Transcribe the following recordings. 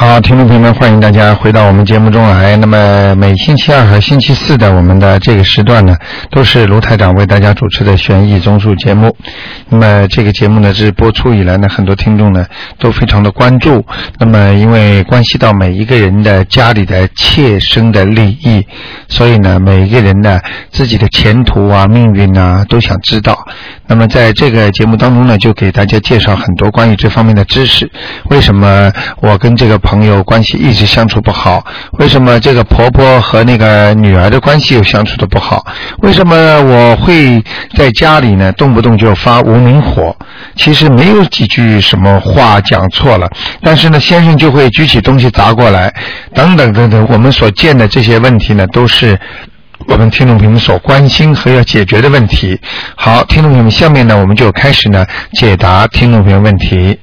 好，听众朋友们，欢迎大家回到我们节目中来。那么每星期二和星期四的我们的这个时段呢，都是卢台长为大家主持的悬疑综述节目。那么这个节目呢，自播出以来呢，很多听众呢都非常的关注。那么因为关系到每一个人的家里的切身的利益，所以呢，每一个人的自己的前途啊、命运啊都想知道。那么在这个节目当中呢，就给大家介绍很多关于这方面的知识。为什么我跟这个朋友关系一直相处不好？为什么这个婆婆和那个女儿的关系又相处的不好？为什么我会在家里呢动不动就发无名火？其实没有几句什么话讲错了，但是呢先生就会举起东西砸过来，等等等等，我们所见的这些问题呢，都是我们听众朋友们所关心和要解决的问题。好，听众朋友们，下面呢我们就开始呢解答听众朋友问题。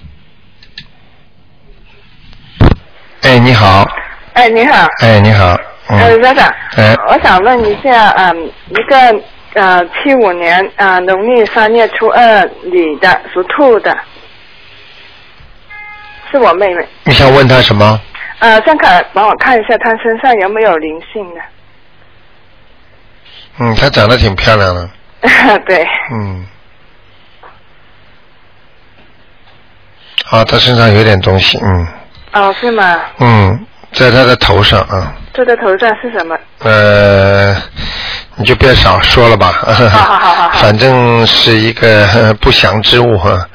哎，你好。 哎，你好。 哎，你好。 家长。我想问一下，一个75年农历3月初2女的，属兔的，是我妹妹。 你想问她什么？ 想帮我看一下她身上有没有灵性的。 她长得挺漂亮的。 对。 她身上有点东西。 哦，是吗？ 在她的头上啊。 这个头上是什么？ 你就别少说了吧。 好。 反正是一个不祥之物哈。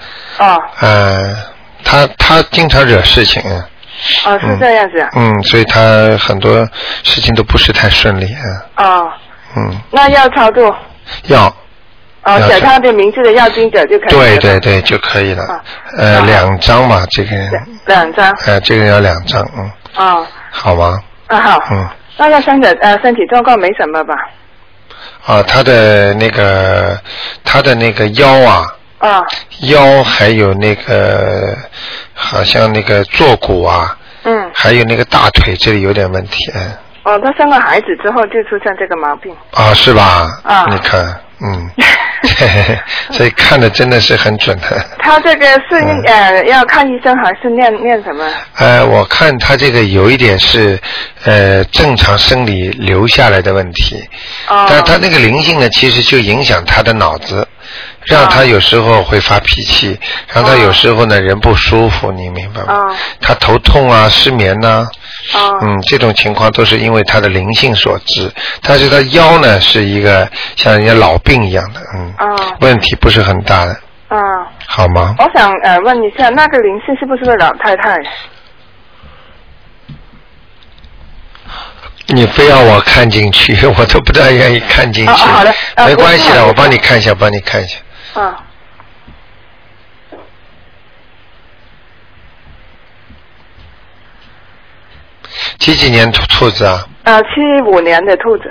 他经常惹事情。 是这样子啊。 所以他很多事情都不是太顺利啊。 那要超度？ 要。 写他的名字的要经者就可以了。 对就可以了。2张嘛，这个人。 2张。 这个人要2张。好吗？ 好。那个身体状况没什么吧？ 他的那个腰啊。腰还有那个好像那个坐骨啊。还有那个大腿这里有点问题。 他生了孩子之后就出现这个毛病。 是吧？你看。所以看的真的是很准的。他这个是要看医生还是念什么？ 我看他这个有一点是正常生理留下来的问题。但他那个灵性呢，其实就影响他的脑子，让他有时候会发脾气，让他有时候呢人不舒服，你明白吗？他头痛啊、失眠啊。这种情况都是因为他的灵性所致，但是他腰呢是一个像人家老病一样的。问题不是很大的。好吗？ 我想问一下，那个灵性是不是个老太太？ 你非要我看进去，我都不大愿意看进去。 好的。 没关系的，我帮你看一下。几年兔子啊 ？75年的兔子。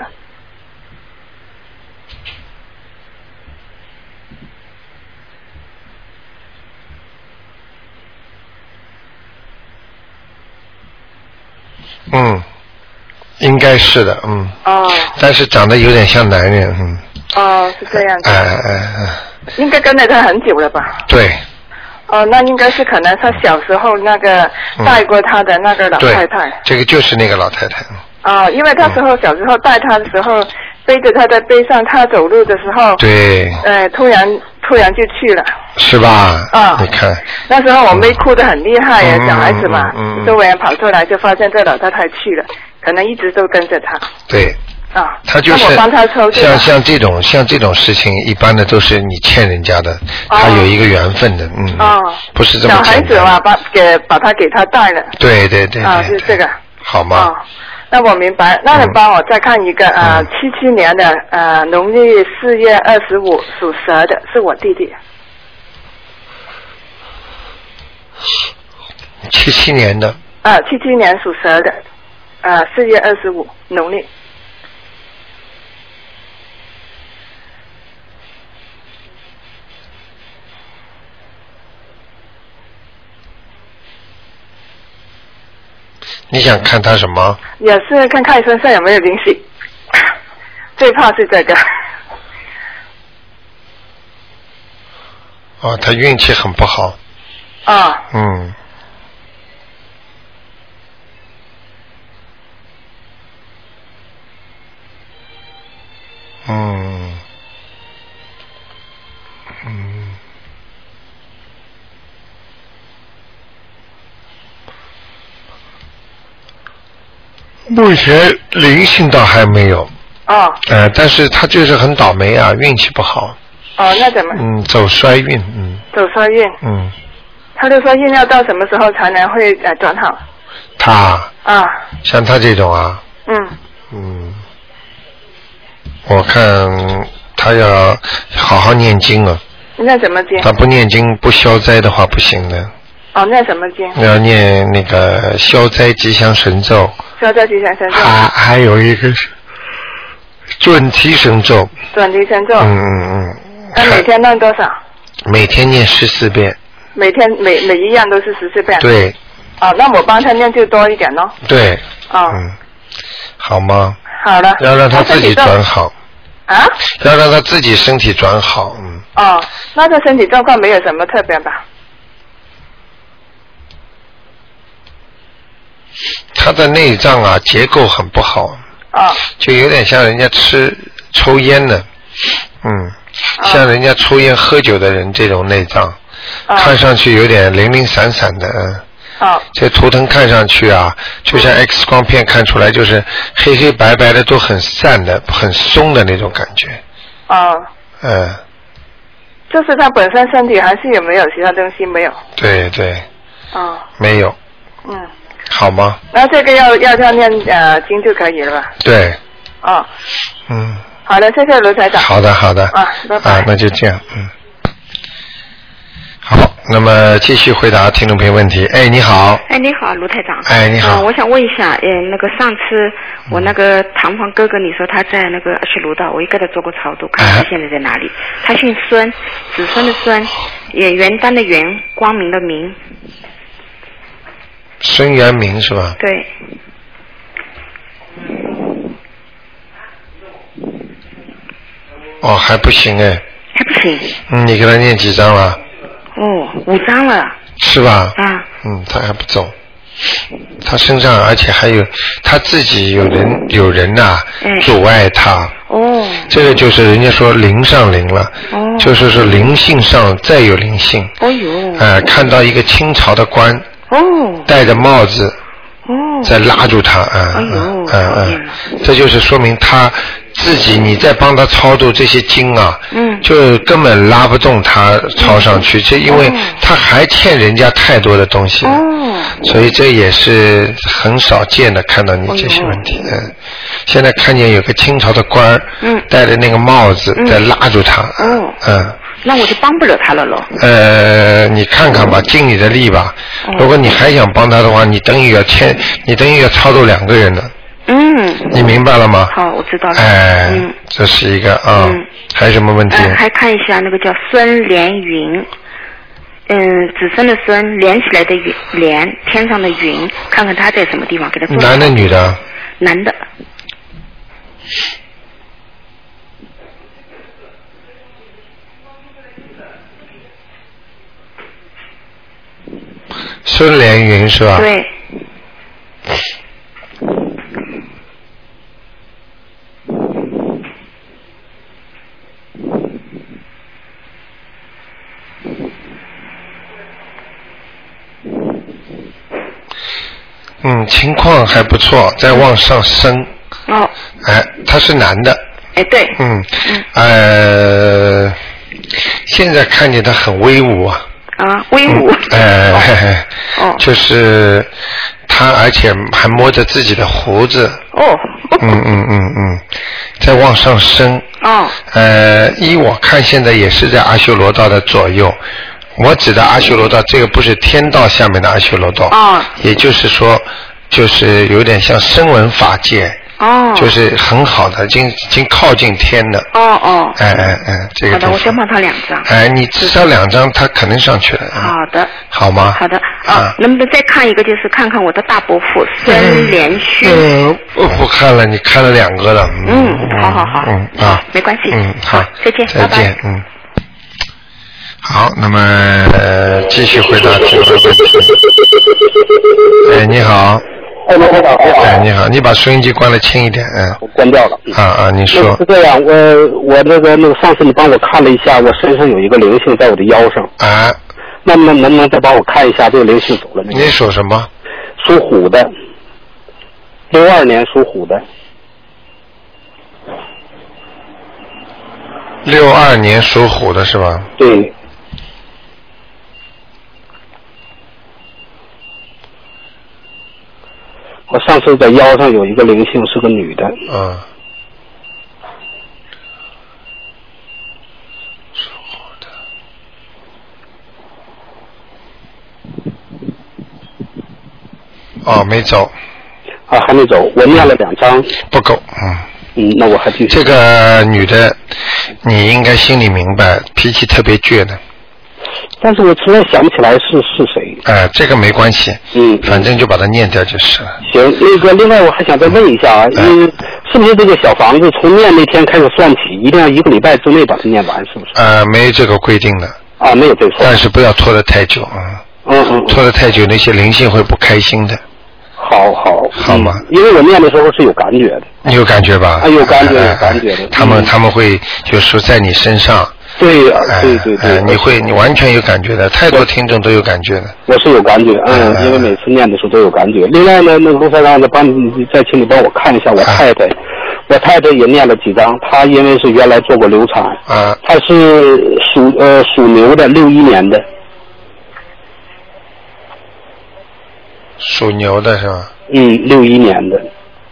应该是的。但是长得有点像男人。 是这样子。应该跟着他很久了吧？ 对。 那应该是可能他小时候那个带过他的那个老太太。 这个就是那个老太太。 因为他小时候带他的时候，背着他在背上，他走路的时候。 对。 突然就去了。 是吧？你看。 那时候我妹哭得很厉害呀，小孩子嘛，周围人跑出来就发现这老太太去了，可能一直都跟着他。 对。他就是我帮他抽像这种事情，一般的都是你欠人家的，他有一个缘分的。不是这么简单。 小孩子嘛，把他给他带了。 对。 就是这个。 好吗？ 那我明白。那你帮我再看一个77年的农历4月25属蛇的，是我弟弟。 77年的。 77年属蛇的，4月25农历。 你想看他什么？ 也是看看身上有没有灵性，最怕是这个。 他运气很不好。 啊。 目前灵性倒还没有。 哦。 但是他就是很倒霉啊，运气不好。 哦，那怎么？ 走衰运。 走衰运。他就说运要到什么时候才能会转好？ 他。 啊。 像他这种啊。我看他要好好念经啊。 那怎么经？ 他不念经不消灾的话不行的。 哦，念什么经？ 要念那个消灾吉祥神咒。 消灾吉祥神咒。 还有一个是准提神咒。 准提神咒。那每天念多少？每天念14遍。每天每一样都是14遍。对。哦，那我帮他念就多一点咯。对。哦。 好吗？ 好的。 要让他自己转好。 啊？ 要让他自己身体转好。 哦，那他身体状况没有什么特别吧？ 他的内脏啊结构很不好。就有点像人家抽烟的。像人家抽烟喝酒的人这种内脏。看上去有点零零散散的。这图腾看上去啊就像 X 光片看出来就是黑黑白白的都很散的很松的那种感觉。 就是他本身身体还是有没有其他东西没有？对。 没有。好吗？ 那这个要念经就可以了吧？对。好的，谢谢卢台长。好的。拜拜。 那就这样。好，那么继续回答听众朋友问题。你好。 你好，卢台长。 你好。 我想问一下，那个上次我那个堂房哥哥，你说他在那个阿修罗道，我也给他做过超度，看他现在在哪里？他姓孙，子孙的孙，元旦的元，光明的明。 孙元明是吧？ 对。 还不行还不行。 你给他念几张了 ？5张了。 是吧？他还不走。他身上而且还有他自己有人阻碍他。这个就是人家说灵上灵了。就是说灵性上再有灵性。看到一个清朝的官。戴着帽子。在拉住他。这就是说明他自己你在帮他超度这些经啊。就根本拉不动他超上去，这因为他还欠人家太多的东西。所以这也是很少见的看到你这些问题。现在看见有个清朝的官戴着那个帽子在拉住他。 那我就帮不了他了咯。 你看看吧，尽你的力吧。如果你还想帮他的话，你等于要超度2个人的。你明白了吗？ 好，我知道了。 这是一个还有什么问题？ 还看一下那个叫孙连云。子孙的孙，连起来的连，天上的云，看看他在什么地方，给他做。 男的女的？ 男的。 孙连云是吧？ 对。 情况还不错，在往上升。他是男的。 对。 现在看见他很威武啊。 威武。 就是他，而且还摸着自己的胡子。在往上升。依我看，现在也是在阿修罗道的左右。我指的阿修罗道，这个不是天道下面的阿修罗道。也就是说，就是有点像声闻法界。就是很好的，已经靠近天了。这个。 好的，我先帮他2张。 你至少2张，他肯定上去了。 好的。 好吗？ 好的。能不能再看一个，就是看看我的大伯父孙连续。 不看了，你看了2个了。 好。没关系。好，再见。 再见。好，那么继续回答这个问题。你好。 哎，你好，你把收音机关了轻一点， 我关掉了。 你说。 是这样，我那个上次你帮我看了一下，我身上有一个灵性在我的腰上。 啊。 那么能不能再帮我看一下这个灵性走了没有？ 你属什么？ 属虎的，62年属虎的。 62年属虎的是吧？ 对。我上次在腰上有一个灵性，是个女的。 属虎的。没走。 还没走，我念了2张。 不够， 那我还继续。 这个女的，你应该心里明白，脾气特别倔的。 但是我实在想不起来是谁。 这个没关系。反正就把它念掉就是了。 行，另外我还想再问一下啊，是不是这个小房子从念那天开始算起，一定要1个礼拜之内把它念完，是不是？ 没有这个规定的。 没有这个。 但是不要拖得太久拖得太久，那些灵性会不开心的。好吗？ 因为我念的时候是有感觉的。 你有感觉吧？ 有感觉的。 他们会就说在你身上。 对。 你完全有感觉的，太多听众都有感觉的。 我是有感觉，因为每次念的时候都有感觉。另外呢，那个卢台长再请你帮我看一下我太太，我太太也念了几张，她因为是原来做过流产，她是属牛的，61年的。 属牛的是吧 ？61年的。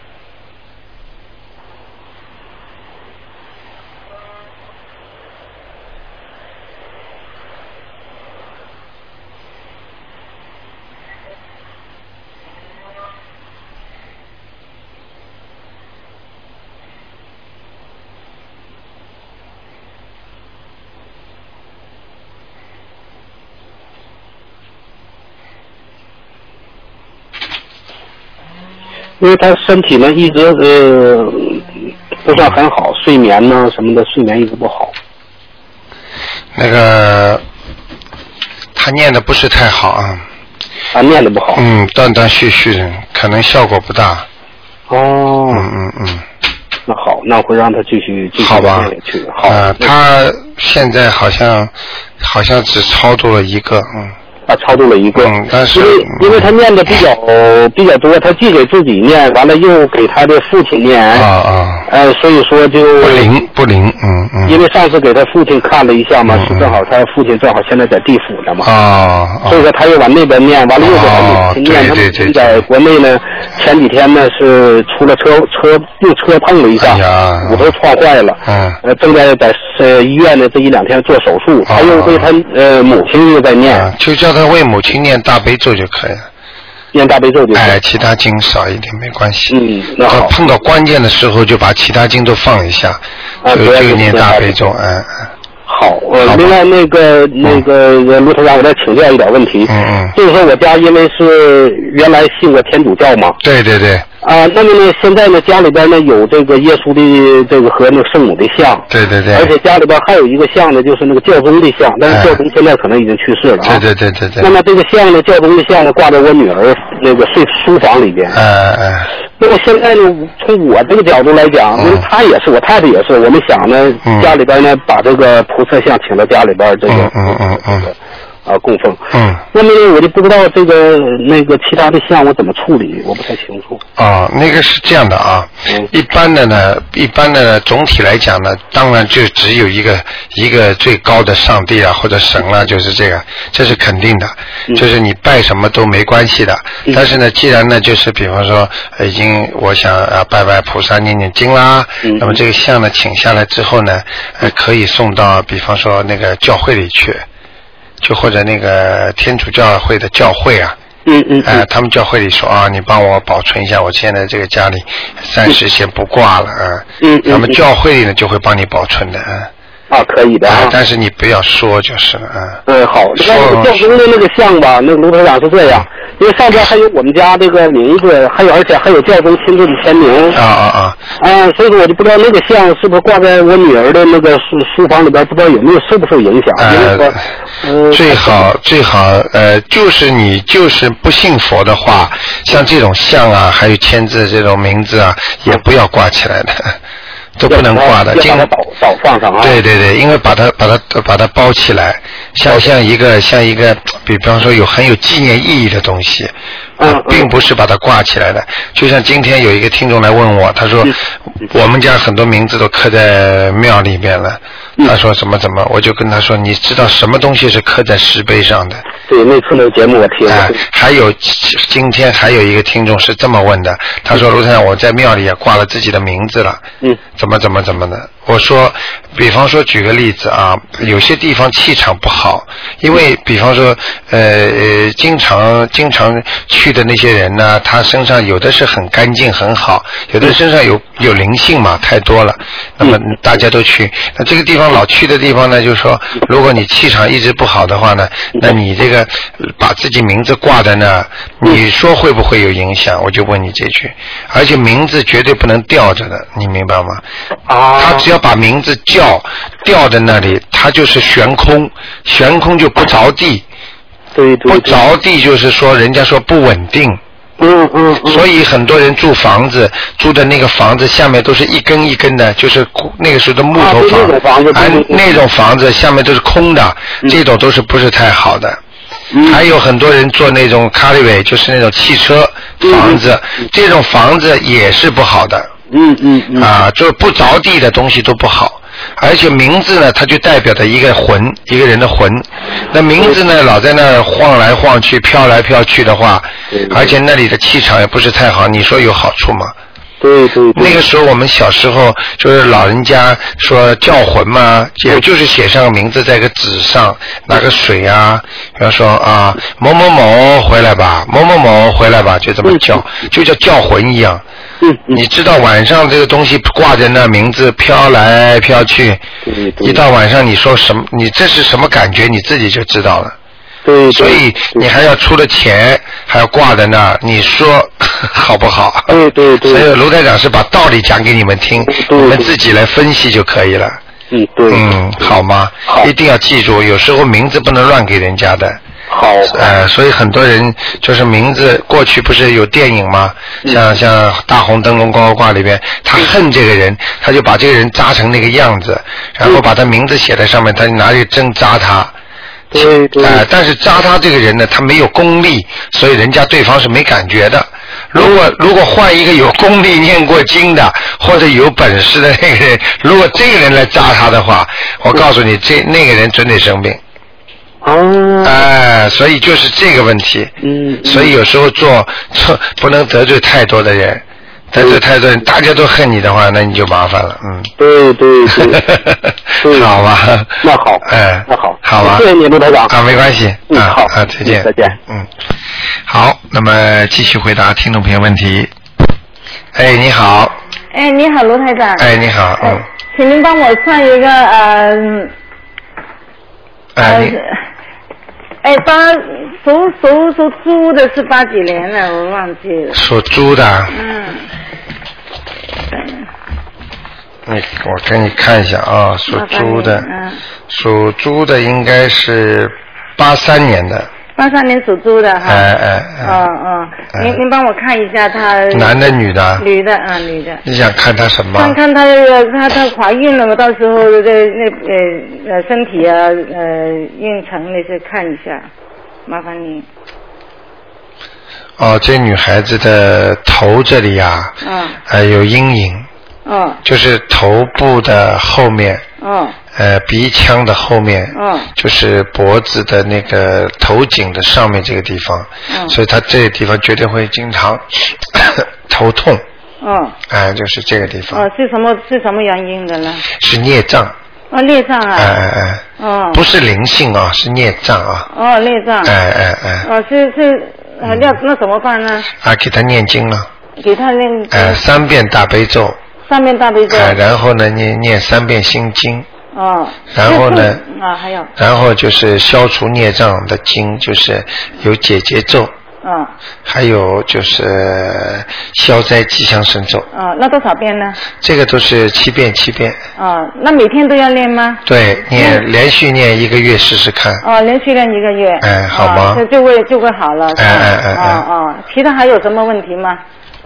因为他身体呢一直不算很好，睡眠呢什么的，睡眠一直不好。 那个他念的不是太好啊。 念的不好。 断断续续的，可能效果不大。 那好，那会让他继续好吧去。好。 他现在好像只超度了1个。 超度了1个， 但是因为他念的比较多，他既给自己念，完了又给他的父亲念，所以说就不灵， 因为上次给他父亲看了一下嘛，是正好他父亲正好现在在地府呢嘛，所以说他又往那边念，完了又给他母亲念，他母亲在国内呢，前几天呢是出了用车碰了一下，骨头撞坏了，正在医院呢这1-2天做手术，他又为他母亲又在念， 就叫他为母亲念大悲咒就可以了。 念大悲咒就可以。 其他经少一点没关系。 那好。 碰到关键的时候就把其他经都放一下，就念大悲咒。 好，另外那个卢台长，我再请教一点问题。就是说我家因为是原来信过天主教嘛。 对。 那么呢，现在呢家里边呢有这个耶稣的这个和那个圣母的像。对。而且家里边还有一个像呢，就是那个教宗的像，但是教宗现在可能已经去世了啊。 对。 那么这个像呢，教宗的像呢挂在我女儿那个书房里边。那么现在呢，从我这个角度来讲，因为她也是，我太太也是，我们想呢，家里边呢把这个菩萨像请到家里边这个供奉。那么我就不知道这个那个其他的像我怎么处理，我不太清楚。 那个是这样的啊。一般的呢，总体来讲呢，当然就只有一个最高的上帝啊或者神啊，就是这是肯定的，就是你拜什么都没关系的。但是呢，既然呢，就是比方说已经我想拜拜菩萨念经啦，那么这个像呢请下来之后呢，可以送到比方说那个教会里去。就或者那个天主教会的教会啊，他们教会里说你帮我保存一下，我现在这个家里暂时先不挂了那么教会里呢就会帮你保存的啊，可以的啊， 但是你不要说就是了啊。 好，那个教宗的那个像吧，那个卢台长是这样，因为上边还有我们家这个名字，而且还有教宗亲自的签名。所以说我就不知道那个像是不是挂在我女儿的那个书房里边，不知道有没有受不受影响。 最好就是你就是不信佛的话，像这种像啊，还有签字这种名字啊，也不要挂起来的。都不能挂的， 要把它倒放上啊。 对对对，因为把它包起来，像一个，比方说很有纪念意义的东西，并不是把它挂起来的。就像今天有一个听众来问我，他说我们家很多名字都刻在庙里面了，他说怎么，我就跟他说，你知道什么东西是刻在石碑上的？ 对，那次的节目我听了。 还有今天还有一个听众是这么问的，他说卢太长，我在庙里也挂了自己的名字了，怎么的？我说，比方说举个例子啊，有些地方气场不好，因为比方说经常去的那些人呢，他身上有的是很干净很好，有的身上有灵性嘛，太多了，那么大家都去。那这个地方老去的地方呢，就是说，如果你气场一直不好的话呢，那你这个把自己名字挂在那，你说会不会有影响？我就问你这句。而且名字绝对不能吊着的，你明白吗？他只要把名字吊在那里，他就是悬空就不着地。 对， 不着地就是说人家说不稳定。所以很多人住房子，住的那个房子下面都是一根一根的，就是那个时候的木头房，那种房子下面都是空的，这种都是不是太好的。还有很多人做那种卡里维，就是那种汽车房子，这种房子也是不好的。就是不着地的东西都不好。而且名字呢，它就代表着一个人的魂。那名字呢，老在那儿晃来晃去、飘来飘去的话，而且那里的气场也不是太好，你说有好处吗？ 对。 那个时候我们小时候就是老人家说叫魂嘛，也就是写上个名字在一个纸上，拿个水啊，比方说啊某某某回来吧，某某某回来吧，就这么叫，就叫叫魂一样。你知道晚上这个东西挂在那，名字飘来飘去，一到晚上你说什么，你这是什么感觉，你自己就知道了。 对， 所以你还要出了钱，还要挂在那儿，你说好不好？ 对。 所以卢台长是把道理讲给你们听，你们自己来分析就可以了。好吗？一定要记住，有时候名字不能乱给人家的。 好。 所以很多人就是名字，过去不是有电影吗？像大红灯笼高高挂里边，他恨这个人，他就把这个人扎成那个样子，然后把他名字写在上面，他就拿这个针扎他。但是扎他这个人呢，他没有功力，所以人家对方是没感觉的。如果换一个有功力、念过经的或者有本事的那个人，如果这个人来扎他的话，我告诉你，那个人准得生病。所以就是这个问题。所以有时候做不能得罪太多的人。得罪太多人，大家都恨你的话，那你就麻烦了。 对。 好吧。 那好。那好。 好吧。 谢谢你，卢台长。 没关系。 好。 再见。 再见。 好，那么继续回答听众朋友问题。你好。 你好，卢台长。 你好。 请您帮我算一个属猪的是8几年了，我忘记了。 属猪的。我给你看一下啊，属猪的。属猪的应该是83年的。 83年属猪的哈。您帮我看一下他。 男的女的？ 女的女的。 你想看他什么？ 看他她怀孕了，到时候身体孕程那些看一下，麻烦你。 这女孩子的头这里呀，有阴影。就是头部的后面。鼻腔的后面。就是脖子的那个头颈的上面这个地方。所以她这个地方绝对会经常头痛。就是这个地方。 是什么原因的呢？ 是孽障。 孽障啊。 不是灵性啊，是孽障啊。 孽障。那怎么办呢？ 给他念经了。 给他念。 3遍大悲咒。 3遍大悲咒。 然后呢，念3遍心经。 哦。 然后呢？ 还有。 然后就是消除孽障的经，就是有解结咒。还有就是消灾吉祥神咒。 那多少遍呢？ 这个都是7遍7遍。 那每天都要练吗？ 对，连续念1个月试试看。 连续练1个月。 好吗？ 就会好了。其他还有什么问题吗？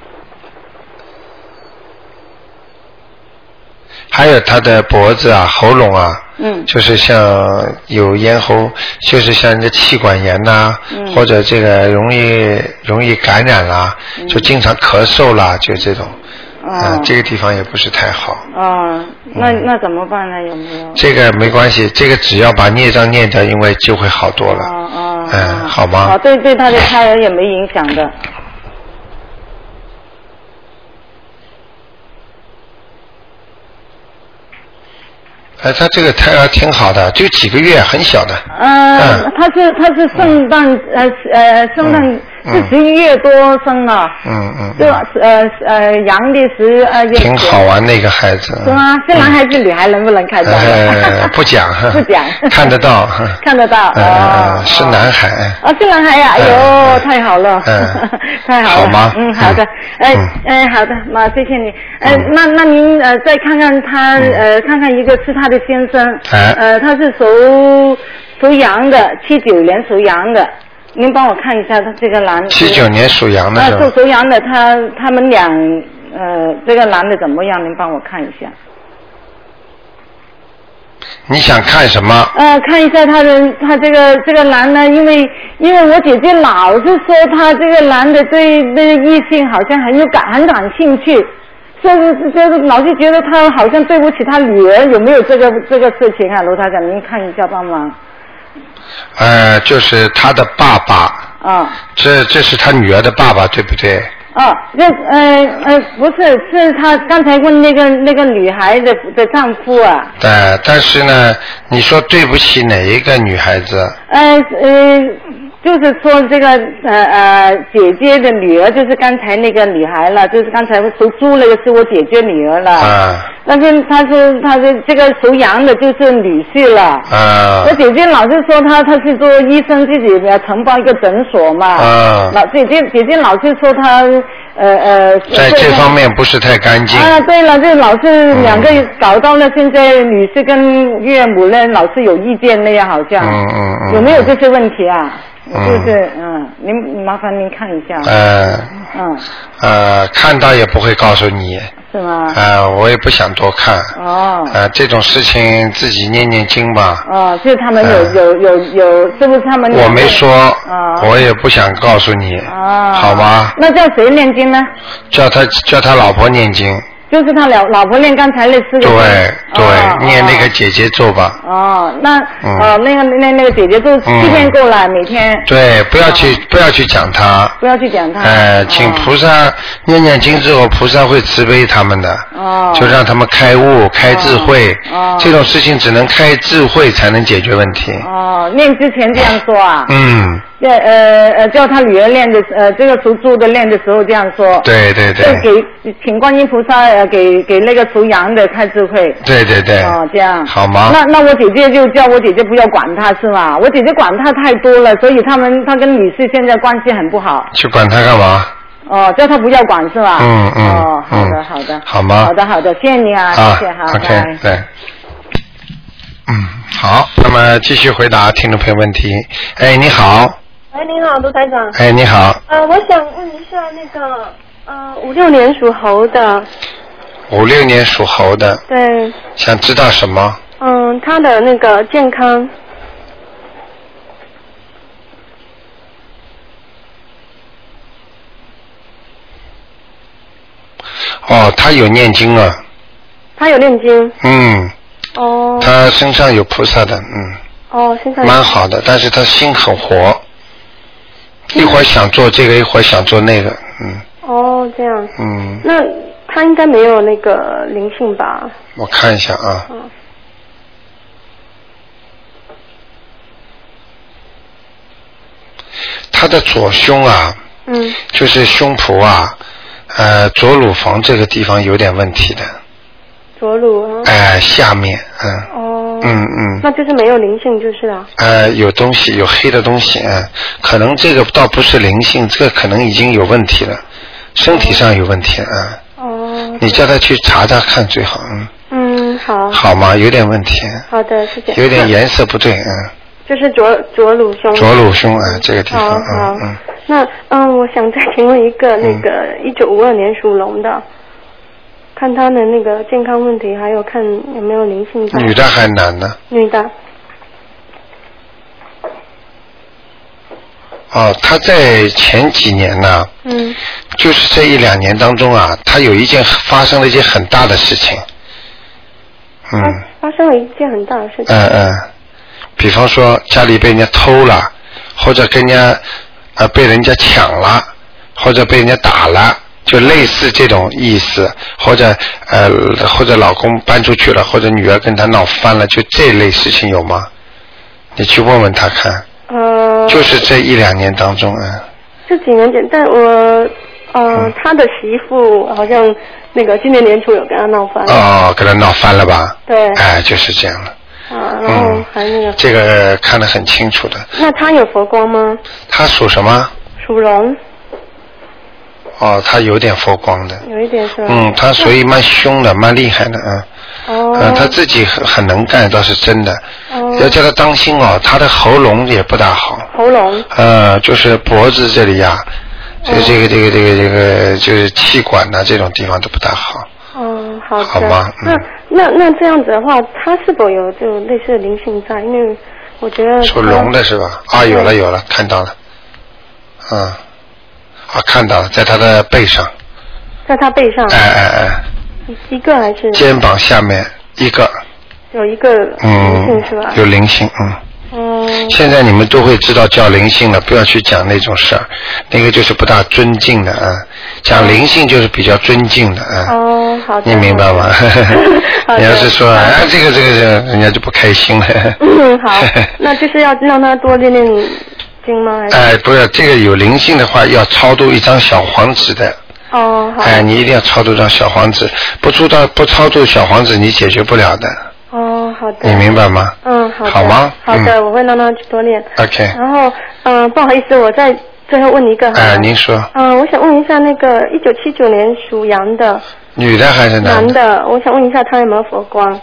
还有他的脖子啊、喉咙啊，就是像有咽喉，就是像这气管炎呐，或者这个容易感染啦，就经常咳嗽啦，就这种，这个地方也不是太好。 那怎么办呢？有没有？ 这个没关系，这个只要把孽障念掉，因为就会好多了。好吗？ 对他的胎儿也没影响的。 他这个胎儿挺好的，就几个月，很小的。 他是圣诞是11月多生的。就阳历12月。 挺好玩的一个孩子。 是吗？是男孩子女孩能不能看到？ 不讲。 不讲。 看得到。 看得到。 是男孩。 是男孩呀！哎呦，太好了。太好了。 好吗？ 好的。好的，妈，谢谢你。那您再看看他看看一个是他的先生。他是属羊的，79年属羊的。您帮我看一下他这个男。 79年属羊的是吧？ 属羊的，他们俩这个男的怎么样？您帮我看一下。 你想看什么？ 看一下他这个男的，因为我姐姐老是说他这个男的对那个异性好像很感兴趣，就是老是觉得他好像对不起他女儿，有没有这个事情啊？罗台长，您看一下帮忙。 就是他的爸爸。这是他女儿的爸爸，对不对？不是他刚才问那个女孩的丈夫啊。但是呢，你说对不起哪一个女孩子？ 就是说这个姐姐的女儿，就是刚才那个女孩了，就是刚才属猪那个是我姐姐女儿了。但是她是这个属羊的，就是女婿了。我姐姐老是说她是做医生，自己承包一个诊所嘛。姐姐老是说她在这方面不是太干净。 对了，就老是两个搞到了，现在女婿跟岳母呢老是有意见那样，好像。有没有这些问题啊？就是您麻烦您看一下。 看到也不会告诉你。 是吗？ 我也不想多看。这种事情自己念念经吧。 就是他们有，是不是他们？ 我没说。我也不想告诉你。好吗？ 那叫谁念经呢？ 叫他老婆念经。 就是他老婆念刚才那4个。 对，念那个姐姐咒吧。 那个姐姐咒7遍够了，每天。对， 不要去讲他。 不要去讲他。 请菩萨念念经之后，菩萨会慈悲他们的。就让他们开悟、开智慧。这种事情只能开智慧才能解决问题。 念之前这样说啊。叫他女儿练的这个属猪的练的时候这样说。对。就请观音菩萨给那个属羊的开智慧。对。这样。好吗？那我姐姐就叫我姐姐不要管他是吗？我姐姐管他太多了，所以他跟女婿现在关系很不好。 去管他干嘛？ 叫他不要管是吧？好的。好吗？好的，谢谢你啊，谢谢，好 ，OK， 对。好，那么继续回答听众朋友问题。你好。 你好，卢台长。 你好。 我想问一下那个56年属猴的。 56年属猴的。 对。 想知道什么？ 他的那个健康。 他有念经啊。 他有念经。 他身上有菩萨的， 身上有。 蛮好的，但是他心很活。一会儿想做这个，一会儿想做那个， 这样。那他应该没有那个灵性吧？ 我看一下啊。他的左胸啊，就是胸脯啊，左乳房这个地方有点问题的。 左乳啊。 下面， 那就是没有灵性就是了。 有东西，有黑的东西，可能这个倒不是灵性，这个可能已经有问题了，身体上有问题你叫他去查查看最好。 好。 好吗？有点问题。 好的，谢谢。 有点颜色不对， 就是左乳胸。 左乳胸这个地方。 好。那我想再请问一个，那个1952年属龙的，看他的那个健康问题，还有看有没有灵性。 女的还是男的？ 女的。 他在前几年呢，就是这1-2年当中他发生了一件很大的事情。 发生了一件很大的事情。 比方说家里被人家偷了，或者跟人家被人家抢了，或者被人家打了，就类似这种意思，或者老公搬出去了，或者女儿跟他闹翻了，就这类事情有吗？你去问问他看。就是这1-2年当中这几年前，但我他的媳妇好像那个今年年初有跟他闹翻了。 跟他闹翻了吧？ 对。 就是这样了。 然后还那个。 这个看得很清楚的。 那他有佛光吗？ 他属什么？ 属龙。 他有点佛光的。 有一点是吧？ 他所以蛮凶的，蛮厉害的他自己很能干，倒是真的。要叫他当心他的喉咙也不大好。 喉咙。 就是脖子这里这个就是气管这种地方都不大好。 好的。 好吗？ 那这样子的话，他是否有就类似的灵性在？因为我觉得。 属龙的是吧？有了，看到了。看到了，在他的背上。 在他背上。一个还是？ 肩膀下面一个。 有一个灵性是吧？ 有灵性，现在你们都会知道叫灵性了，不要去讲那种事儿，那个就是不大尊敬的讲灵性就是比较尊敬的好的。 你明白吗？你要是说这个人家就不开心了。 好，那就是要让他多练练经吗？ 不是，这个有灵性的话要超度一张小黄纸的。 好。 你一定要超度张小黄纸，不超度小黄纸你解决不了的。 好的。 你明白吗？ 好的。 好吗？ 好的，我会让他去多练。 OK。 然后不好意思，我再最后问一个。 您说。 我想问一下那个1979年属羊的。 女的还是男的？ 男的，我想问一下他有没有佛光。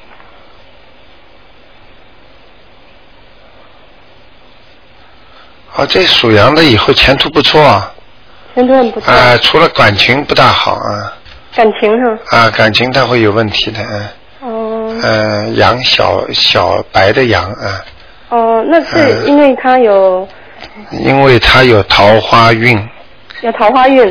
这属羊的以后前途不错前途很不错。 除了感情不大好感情是。 感情他会有问题的羊小白的羊那是因为他有。 因为他有桃花运。 有桃花运。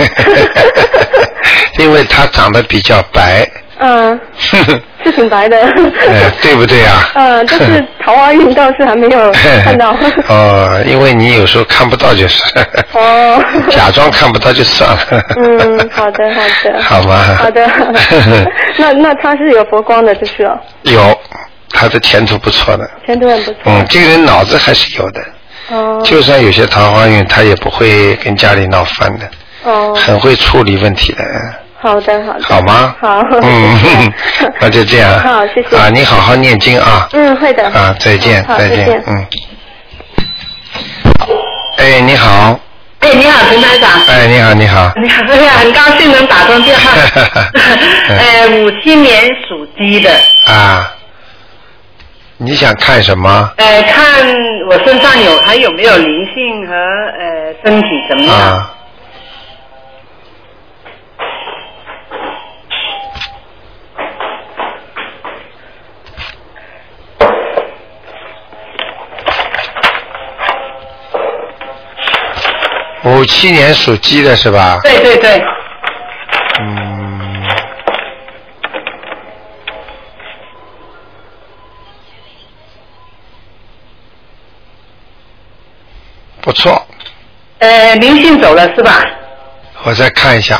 因为他长得比较白。 是挺白的。 对不对但是桃花运倒是还没有看到。 因为你有时候看不到就是。假装看不到就算了。 好的。 好吗？ 好的。那他是有佛光的，就是有，他的前途不错的。 前途很不错。 这个人脑子还是有的。就算有些桃花运，他也不会跟家里闹翻的。很会处理问题的。 好的。 好吗？ 好。 那就这样。 好，谢谢。 你好好念经会的。 再见。 再见。 你好。 你好，陈台长。 你好。 你好，很高兴能打通电话。57年属鸡的。 你想看什么？ 看我身上还有没有灵性和身体怎么样？ 57年属鸡的是吧？ 对。 不错。 灵性走了是吧？ 我再看一下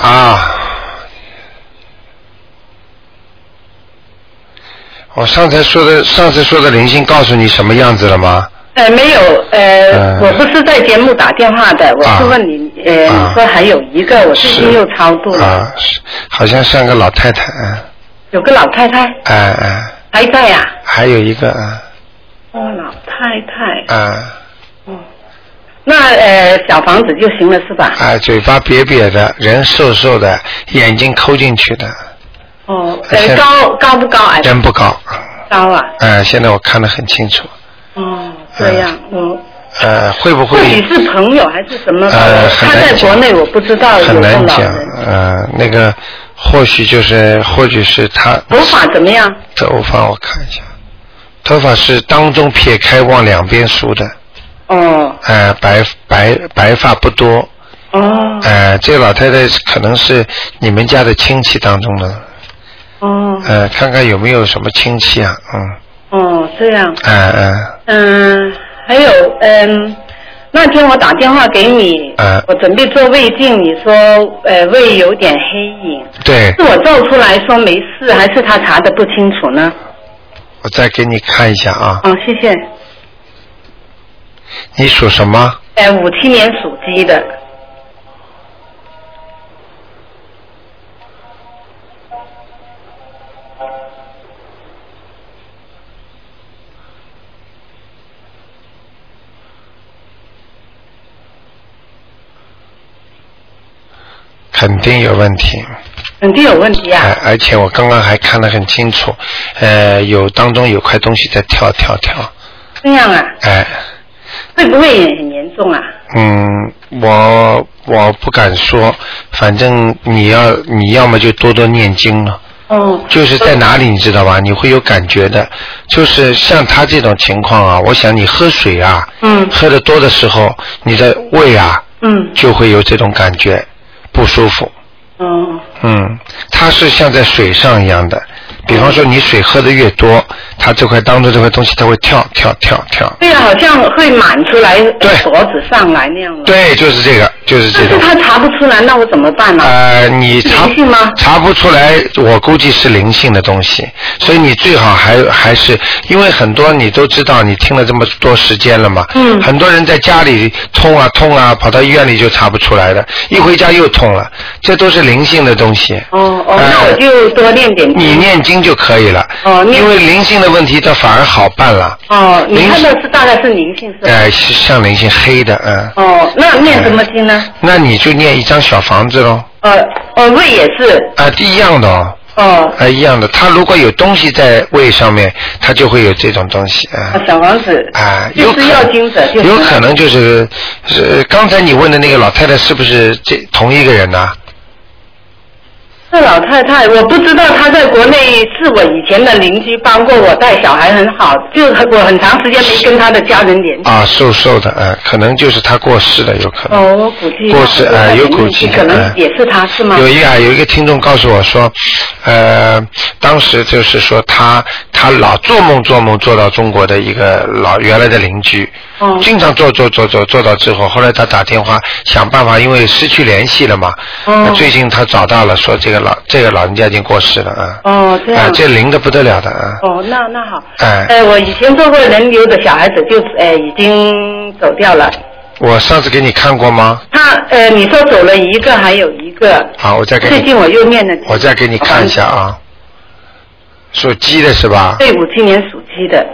我上次说的灵性告诉你什么样子了吗？ 没有，我不是在节目打电话的，我是问你，你说还有一个，我最近又超度了。 好像像个老太太。 有个老太太。 还在呀？ 还有一个啊。 老太太。 啊。 那小房子就行了是吧？ 嘴巴瘪瘪的，人瘦瘦的，眼睛抠进去的。 高不高？ 真不高。 高啊。 现在我看得很清楚。 这样会不会？ 或许是朋友还是什么？他在国内我不知道。 很难讲。那个或许是他。 头发怎么样？ 头发我看一下，头发是当中撇开往两边梳的。白发不多。这个老太太可能是你们家的亲戚当中的。看看有没有什么亲戚啊？ 这样。还有那天我打电话给你，我准备做胃镜，你说胃有点黑影。 对。 是我照出来说没事，还是他查得不清楚呢？ 我再给你看一下啊。 谢谢。 你属什么 ？57年属鸡的。 肯定有问题。 肯定有问题啊！ 而且我刚刚还看得很清楚，当中有块东西在跳。 这样啊？会不会很严重啊？ 我不敢说，反正你要么就多多念经了。就是在哪里你知道吧？你会有感觉的。就是像他这种情况啊，我想你喝水啊，喝得多的时候，你的胃啊，就会有这种感觉。不舒服。它是像在水上一样的，比方说你水喝的越多，它这块当中这块东西它会跳。 对啊，好像会满出来，脖子上来那样。 对，就是这个。但是他查不出来，那我怎么办呢？ 你灵性吗？ 查不出来，我估计是灵性的东西，所以你最好还是，因为很多你都知道，你听了这么多时间了嘛。很多人在家里痛啊，跑到医院里就查不出来的，一回家又痛了，这都是灵性的东西。 那我就多念点经。 你念经就可以了。因为灵性的问题它反而好办了。 你看的是大概是灵性是吧？ 是像灵性黑的。 那念什么经呢？ 那你就念一张小房子咯。 胃也是。 一样的一样的。它如果有东西在胃上面，它就会有这种东西小房子。就是要经者。 有可能就是刚才你问的那个老太太是不是同一个人呢？ 这老太太我不知道，她在国内是我以前的邻居，帮过我带小孩很好，就我很长时间没跟她的家人联系。 瘦的可能就是她过世了，有可能。 我估计过世有估计， 可能也是她是吗？ 有一个听众告诉我说，当时就是说他老做梦做到中国的一个原来的邻居。经常做到之后，后来他打电话想办法，因为失去联系了嘛。最近他找到了，说这个老人家已经过世了这样。 这灵的不得了的那好。我以前做过人流的小孩子就已经走掉了。 我上次给你看过吗？ 你说走了一个，还有一个。 好，我再给你。 最近我又念了。 我再给你看一下啊。属鸡的是吧？ 对，57年属鸡的。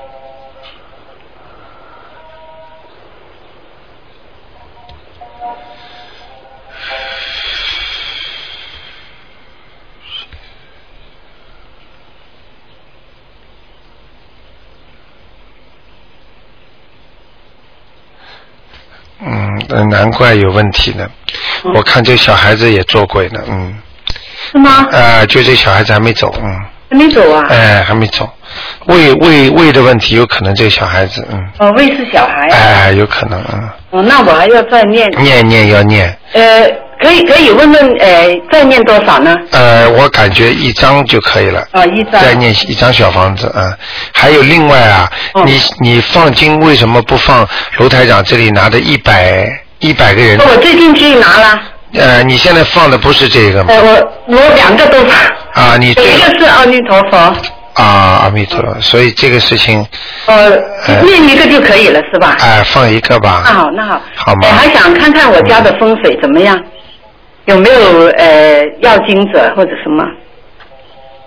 难怪有问题呢。我看这小孩子也做鬼呢。 是吗？ 就这小孩子还没走。 还没走啊？ 还没走。胃的问题有可能这个小孩子。 胃是小孩。 有可能。 那我还要再念。 要念。 可以问问再念多少呢？ 我感觉1张就可以了。 1张。 再念1张小房子还有另外你放经为什么不放卢台长这里拿的100个人？ 我最近去拿了。 你现在放的不是这个吗？ 我2个都放。 你一个是阿弥陀佛。 阿弥陀佛，所以这个事情。 念一个就可以了是吧？ 放一个吧。 那好。 好吗？ 还想看看我家的风水怎么样？有没有要经者或者什么？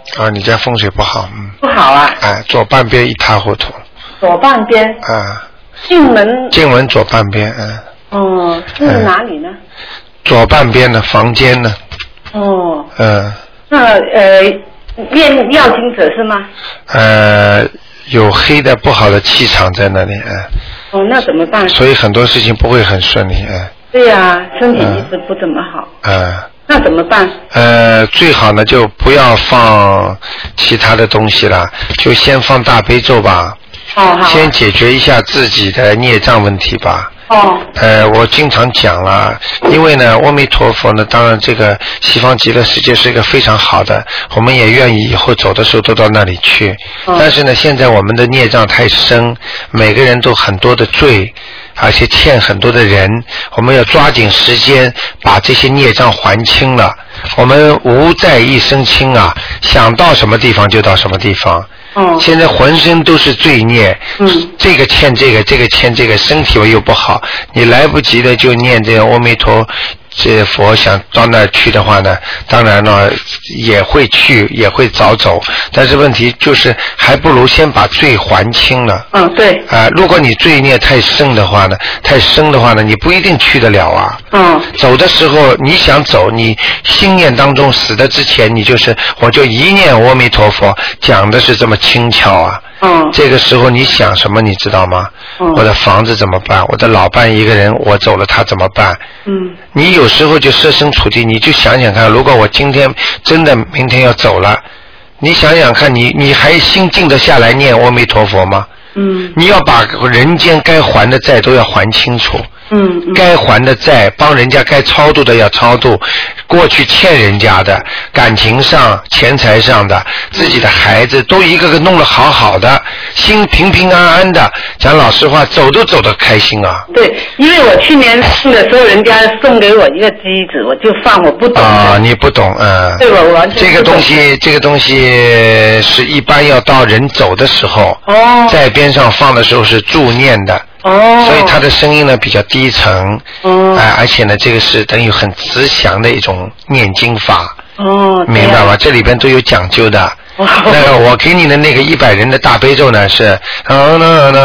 啊，你家风水不好， 不好啊。 哎，左半边一塌糊涂。 左半边。 啊。 进门左半边， 哦，是哪里呢？ 左半边的房间呢。 哦。那念要经者是吗？ 有黑的不好的气场在那里， 哦，那怎么办？ 所以很多事情不会很顺利， 对呀，身体一直不怎么好。那怎么办？ 最好呢就不要放其他的东西了，就先放大悲咒吧。 好。 先解决一下自己的孽障问题吧。我经常讲了，因为呢，阿弥陀佛呢，当然这个西方极乐世界是一个非常好的，我们也愿意以后走的时候都到那里去。但是呢，现在我们的孽障太深，每个人都很多的罪，而且欠很多的人，我们要抓紧时间把这些孽障还清了。我们无债一身轻啊，想到什么地方就到什么地方。现在浑身都是罪孽，这个欠这个，这个欠这个，身体又不好，你来不及的就念这个阿弥陀这佛，想到那儿去的话呢，当然了也会去，也会早走，但是问题就是还不如先把罪还清了。 对。 如果你罪孽太深的话呢，你不一定去得了啊。走的时候你想走，你心念当中死的之前，我就一念阿弥陀佛，讲的是这么轻巧啊。这个时候你想什么你知道吗？我的房子怎么办？我的老伴一个人，我走了他怎么办？你有时候就设身处地，你就想想看，如果我今天真的明天要走了，你想想看，你还心静得下来念阿弥陀佛吗？你要把人间该还的债都要还清楚。该还的债，帮人家该超度的要超度，过去欠人家的，感情上、钱财上的，自己的孩子都一个个弄得好好的，心平平安安的。讲老实话，走都走得开心啊。 对，因为我去年送的时候，人家送给我一个机子，我就放，我不懂。 你不懂， 对，我完全不懂。 这个东西是一般要到人走的时候，在边上放的时候是助念的。所以他的声音呢比较低沉，而且呢这个是等于很慈祥的一种念经法，明白吗？这里边都有讲究的。那个我给你的那个100人的大悲咒呢是对，我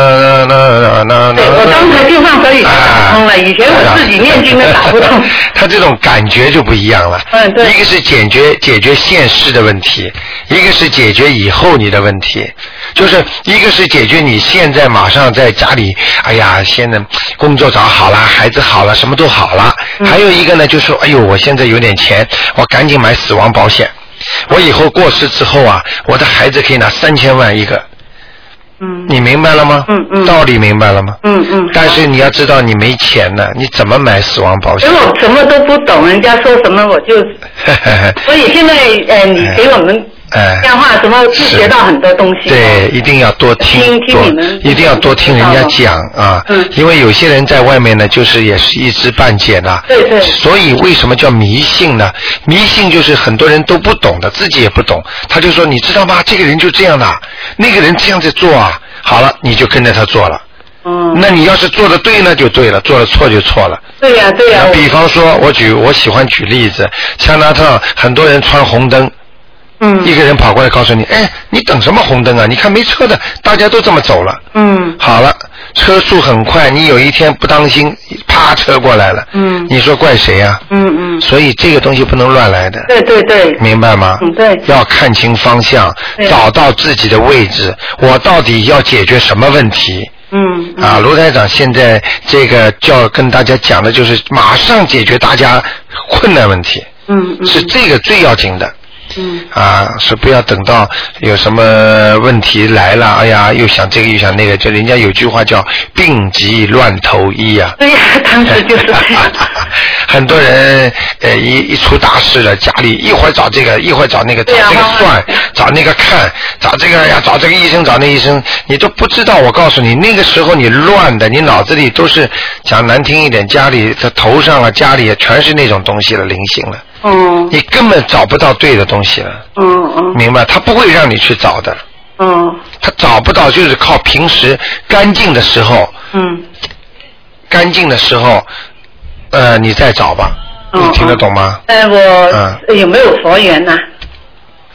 刚才就放手里打通了，以前我自己念经都打不通。 他这种感觉就不一样了。 对。 一个是解决现世的问题，一个是解决以后你的问题。就是一个是解决你现在马上在家里，哎呀，现在工作找好了，孩子好了，什么都好了。还有一个呢，就是哎呦，我现在有点钱，我赶紧买死亡保险。我以后过世之后啊，我的孩子可以拿3000万一个。你明白了吗？道理明白了吗？但是你要知道，你没钱呢，你怎么买死亡保险？ 因为我什么都不懂，人家说什么我就。所以现在你给我们。电话什么就学到很多东西。 对，一定要多听一定要多听人家讲啊。因为有些人在外面呢，就是也是一知半解的。 对。 所以为什么叫迷信呢？迷信就是很多人都不懂的，自己也不懂，他就说你知道吗？这个人就这样的，那个人这样在做啊。好了，你就跟着他做了。那你要是做的对呢，就对了；做的错就错了。 对呀。 比方说，我喜欢举例子，加拿大很多人穿红灯。一个人跑过来告诉你，你等什么红灯啊？你看没车的，大家都这么走了。好了，车速很快，你有一天不当心，啪，车过来了。你说怪谁呀？所以这个东西不能乱来的。 对。 明白吗？ 对。 要看清方向，找到自己的位置，我到底要解决什么问题？卢台长现在这个就要跟大家讲的就是马上解决大家困难问题。是这个最要紧的。是不要等到有什么问题来了，哎呀，又想这个又想那个，就人家有句话叫病急乱投医啊。 对呀，当时就是这样。 很多人一出大事了，家里一会儿找这个，一会儿找那个，找这个算，找那个看，找这个呀，找这个医生，找那医生，你都不知道。我告诉你，那个时候你乱的，你脑子里都是讲难听一点，家里的头上啊，家里全是那种东西了，灵性了。你根本找不到对的东西了。明白？他不会让你去找的。他找不到，就是靠平时干净的时候。干净的时候，你再找吧。你听得懂吗？ 我有没有佛缘呢？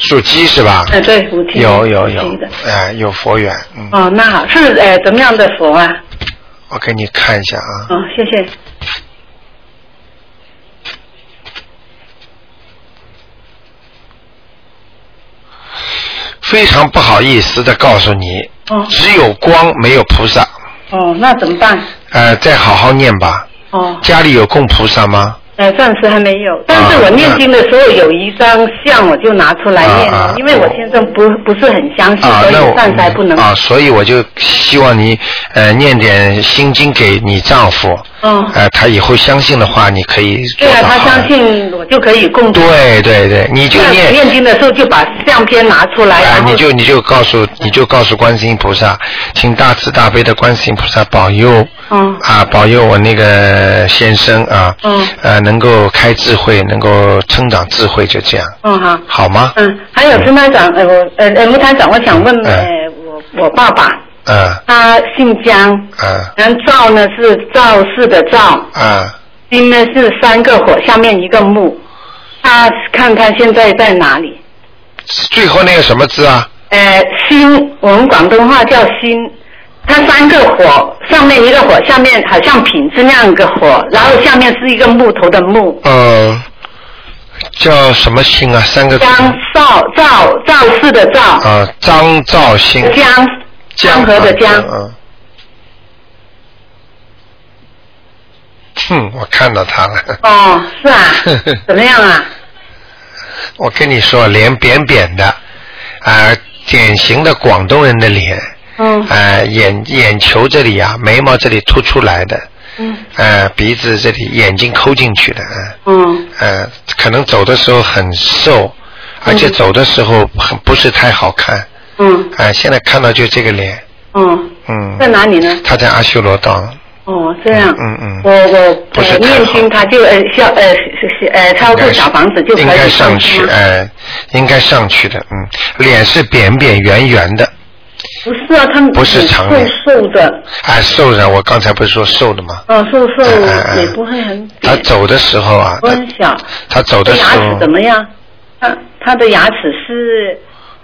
属鸡是吧？ 对，属鸡。 有，有佛缘。 哦，那好，是怎么样的佛啊？ 我给你看一下啊。 谢谢。 非常不好意思的告诉你，只有光没有菩萨。 那怎么办？ 再好好念吧。家里有供菩萨吗？ 暂时还没有，但是我念经的时候有一张像，我就拿出来念了，因为我先生不是很相信，所以暂时还不能。 所以我就希望你念点心经给你丈夫。他以后相信的话，你可以做得好。对他相信我就可以供。 对，你就念经的时候就把相片拿出来。 你就告诉观世音菩萨，请大慈大悲的观世音菩萨保佑。保佑我那个先生能够开智慧，能够成长智慧，就这样。好吗？ 还有陈台长，卢台长，我想问我爸爸。他姓姜。然后赵呢是赵氏的赵。丁呢是3个火下面1个木。他看看现在在哪里？ 最后那个什么字啊？ 心，我们广东话叫心。它3个火，上面1个火，下面好像品质那样一个火，然后下面是一个木头的木。 叫什么心啊？3个字。 赵氏的赵。 张兆兴。 江河的江。 我看到他了。 是啊。怎么样啊？ 我跟你说，脸扁扁的，典型的广东人的脸。眼球这里啊，眉毛这里凸出来的。鼻子这里，眼睛抠进去的。可能走的时候很瘦，而且走的时候不是太好看。现在看到就这个脸。 在哪里呢？ 他在阿修罗道。 这样。我念经，他就超过小房子就可以应该上去。应该上去的。脸是扁扁圆圆的。 不是啊，他们不是长脸， 瘦的。 瘦的，我刚才不是说瘦的吗？ 瘦也不会很。 他走的时候啊， 很小。 他走的时候。 牙齿怎么样？他的牙齿是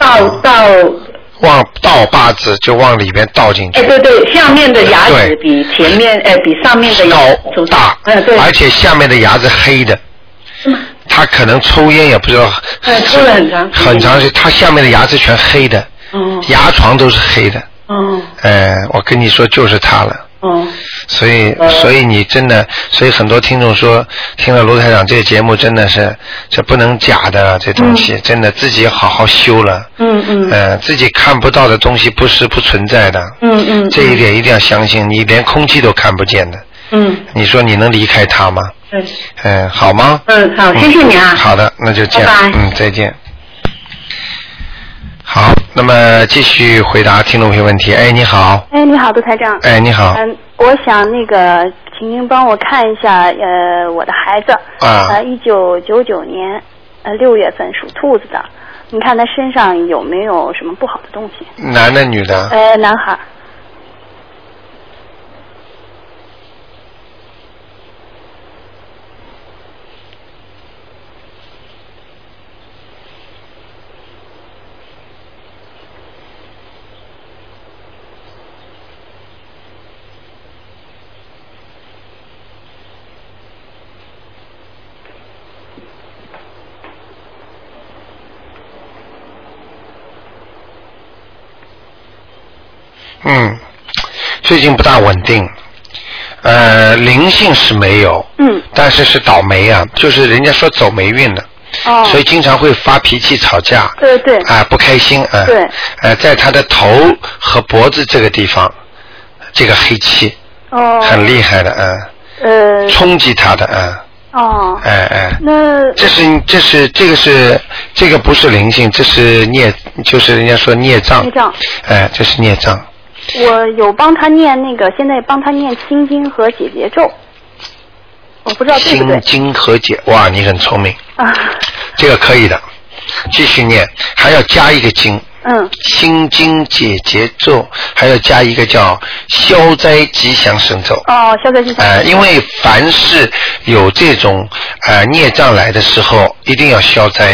往倒八字就往里面倒进去。 对，下面的牙齿比前面比上面的牙齿大。对。而且下面的牙是黑的。他可能抽烟也不知道。 抽了很长时间。 他下面的牙齿全黑的。牙床都是黑的。我跟你说就是他了。所以你真的，所以很多听众说听了卢台长这个节目真的是这不能假的，这东西真的自己好好修了。自己看不到的东西不是不存在的。这一点一定要相信，你连空气都看不见的。你说你能离开他吗？好吗？ 好，谢谢你啊。 好的，那就这样。 拜拜。 再见。好，那么继续回答听众朋友问题。你好。 你好，杜台长。 你好。 我想请您帮我看一下，我的孩子，1999年6月份属兔子的，你看他身上有没有什么不好的东西？ 男的女的？ 男孩。 最近不大稳定，灵性是没有，但是倒霉啊，就是人家说走霉运的，所以经常会发脾气、吵架， 对， 不开心， 对， 在他的头和脖子这个地方，这个黑气，很厉害的，冲击他的， 那这个不是灵性，这是就是人家说孽障，这是孽障。 我有帮他念现在帮他念心经和解结咒，我不知道对不对。 心经和解，哇，你很聪明这个可以的，继续念，还要加一个经。心经解结咒，还要加一个叫消灾吉祥神咒。 消灾吉祥。 因为凡是有这种孽障来的时候，一定要消灾的。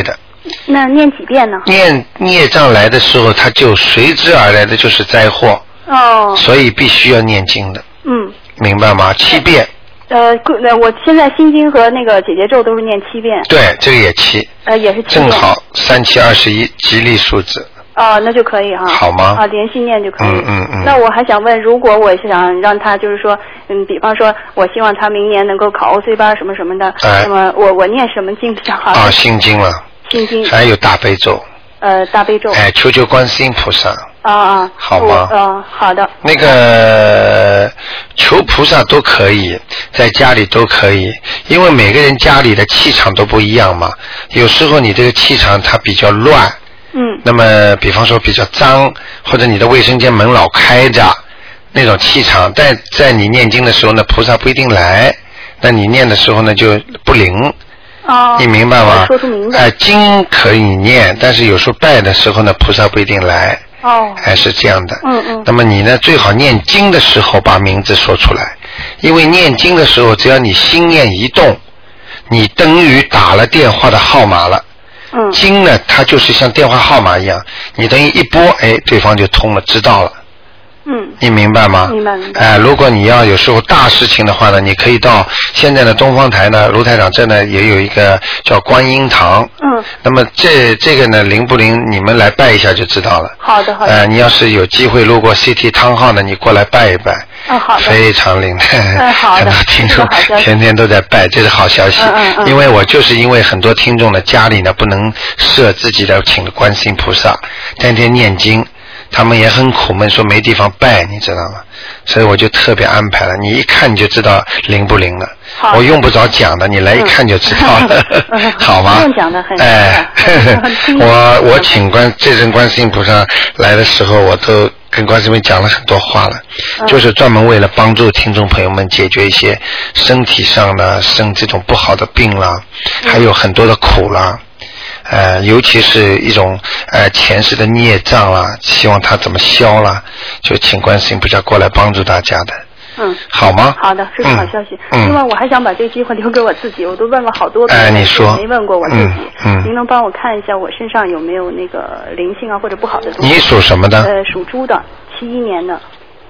那念几遍呢？ 念孽障来的时候，它就随之而来的就是灾祸。 哦。 所以必须要念经的。 嗯。 明白吗？7遍。 我现在心经和那个姐姐咒都是念7遍。 对，这个也7。 也是7遍。正好，3、7、21，吉利数字。 那就可以哈。 好吗？ 连续念就可以。 嗯。 那我还想问，如果我想让他就是说，比方说，我希望他明年能够考OC班什么什么的，那么我念什么经比较好？心经了。心经。还有大悲咒。 大悲咒。 求求观世音菩萨。好吗？ 好的。 那个求菩萨都可以，在家里都可以，因为每个人家里的气场都不一样嘛。有时候你这个气场它比较乱，那么比方说比较脏，或者你的卫生间门老开着，那种气场，在你念经的时候呢，菩萨不一定来，那你念的时候呢就不灵。你明白吗？ 说出明白。 经可以念，但是有时候拜的时候呢，菩萨不一定来。是这样的。那么你呢，最好念经的时候把名字说出来，因为念经的时候，只要你心念一动，你等于打了电话的号码了。经呢，它就是像电话号码一样，你等于一拨，对方就通了，知道了。你明白吗？ 明白。 如果你要有时候大事情的话呢，你可以到现在的东方台呢，卢台长这呢也有一个叫观音堂。那么这个呢灵不灵，你们来拜一下就知道了。 好的。 你要是有机会路过 CT 汤号呢，你过来拜一拜。 好的。 非常灵的。 好的。 很多听众天天都在拜，这是好消息。因为我就是因为很多听众呢家里呢不能设自己的请的观世音菩萨，天天念经。他们也很苦闷，说没地方拜，你知道吗？所以我就特别安排了，你一看你就知道灵不灵了。我用不着讲的，你来一看就知道了，好吗？ 不用讲的很。 我请这尊观世音菩萨来的时候，我都跟观世音讲了很多话了，就是专门为了帮助听众朋友们解决一些身体上的生这种不好的病啦，还有很多的苦啦。尤其是一种前世的孽障啦，希望他怎么消啦，就请观世音菩萨过来帮助大家的。好吗？ 好的，这是好消息。另外我还想把这个机会留给我自己，我都问了好多遍， 你说没问过我自己。您能帮我看一下我身上有没有那个灵性啊或者不好的东西？ 你属什么的？ 属猪的，71年的。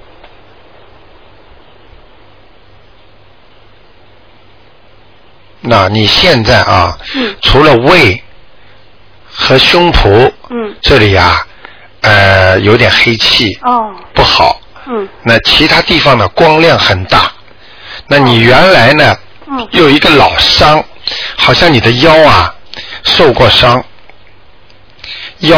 那你现在除了胃和胸脯，这里有点黑气，不好，那其他地方呢光亮很大。那你原来呢，有一个老伤，好像你的腰受过伤，腰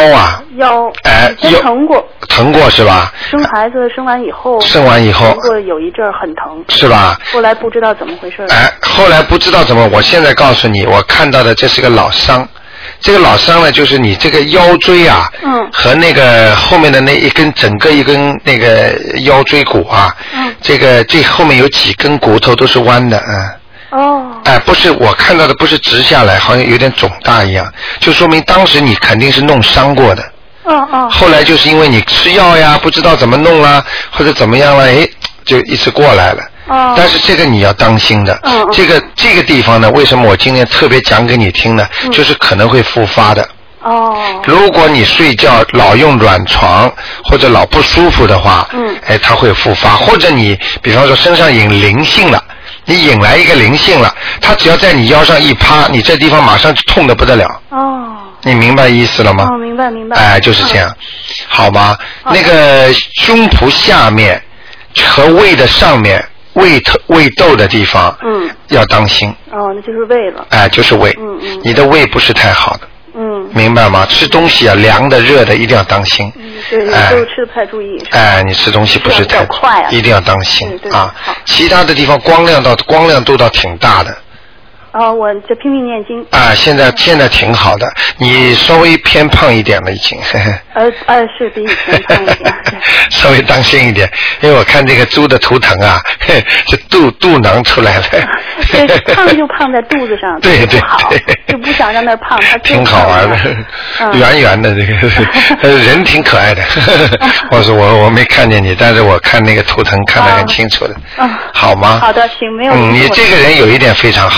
疼过是吧？ 生孩子生完以后过有一阵很疼， 是吧？ 后来不知道怎么回事。 后来不知道怎么，我现在告诉你，我看到的这是个老伤。这个老伤呢，就是你这个腰椎和那个后面的那整个一根那个腰椎骨这后面有几根骨头都是弯的不是，我看到的不是直下来，好像有点肿大一样，就说明当时你肯定是弄伤过的。后来就是因为你吃药呀，不知道怎么弄啦，或者怎么样了，就一直过来了。但是这个你要当心的。这个地方呢，为什么我今天特别讲给你听呢？就是可能会复发的。如果你睡觉老用软床或者老不舒服的话，它会复发。或者你比方说身上引灵性了，你引来一个灵性了，它只要在你腰上一趴，你这地方马上就痛得不得了。你明白意思了吗？ 明白。 就是这样，好吗？那个胸脯下面和胃的上面。胃窦的地方，要当心。 那就是胃了。 就是胃。你的胃不是太好的。明白吗？吃东西凉的、热的一定要当心。 对，有时候吃的不太注意。 你吃东西不是太快一定要当心其他的地方光亮度倒挺大的。 我就拼命念经。 现在挺好的，你稍微偏胖一点了已经。 是比以前胖一点。 稍微当心一点，因为我看这个猪的图腾是肚囊出来了。 对，胖就胖在肚子上。 对， 就不想让那胖，它挺好玩的，圆圆的这个人挺可爱的。我说我没看见你，但是我看那个图腾看得很清楚的。好吗？ 好的，行，没有。 你这个人有一点非常好。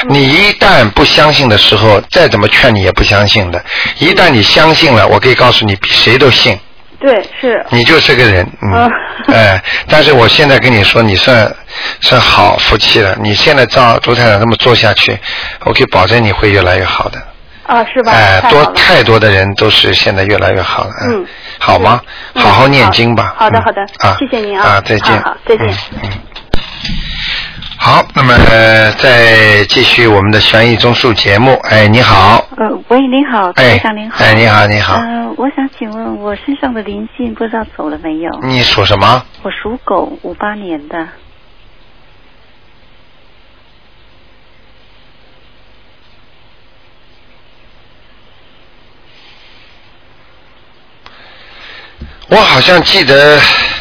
你一旦不相信的时候，再怎么劝你也不相信的。一旦你相信了，我可以告诉你，比谁都信。 对，是。 你就是个人，但是我现在跟你说，你算好福气了。你现在照卢台长这么做下去，我可以保证你会越来越好的。 啊，是吧？ 太多的人都是现在越来越好了。好吗？好好念经吧。 好的，好的。谢谢您啊。 再见。 好，再见。 好，那么再继续我们的悬疑综述节目。你好。 喂，你好，台长您好。 你好，你好。 我想请问我身上的灵性不知道走了没有？ 你属什么？ 我属狗，58年的。 我好像记得，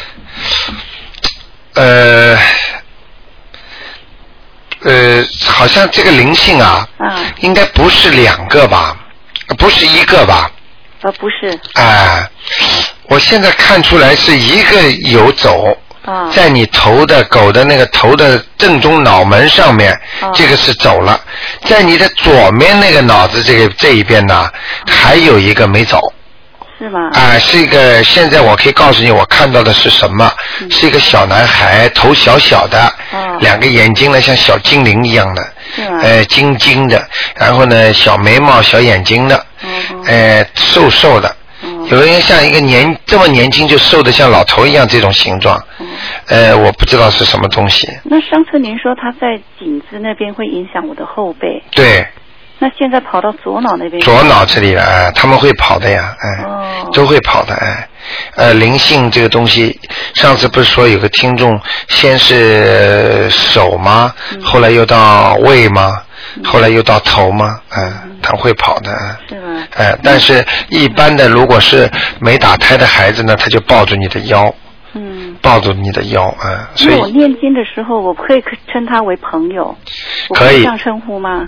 好像这个灵性啊，应该不是2个吧，不是1个吧？ 不是。 我现在看出来是一个有走，在你头的狗的那个头的正中脑门上面，这个是走了，在你的左面那个脑子这一边呢，还有一个没走。 是吗？ 是一个，现在我可以告诉你，我看到的是什么？是一个小男孩，头小小的，2个眼睛呢像小精灵一样的，晶晶的，然后呢小眉毛、小眼睛的，瘦瘦的，有的人像一个这么年轻就瘦的像老头一样这种形状，我不知道是什么东西。 那上次您说他在颈子那边会影响我的后背。 对。 那现在跑到左脑那边？ 左脑这里了，他们会跑的呀，都会跑的，灵性这个东西，上次不是说有个听众先是手吗？后来又到胃吗？后来又到头吗？他会跑的， 是吗？ 但是一般的，如果是没打胎的孩子呢，他就抱住你的腰。抱住你的腰所以我念经的时候，我可以称他为朋友， 可以这样称呼吗？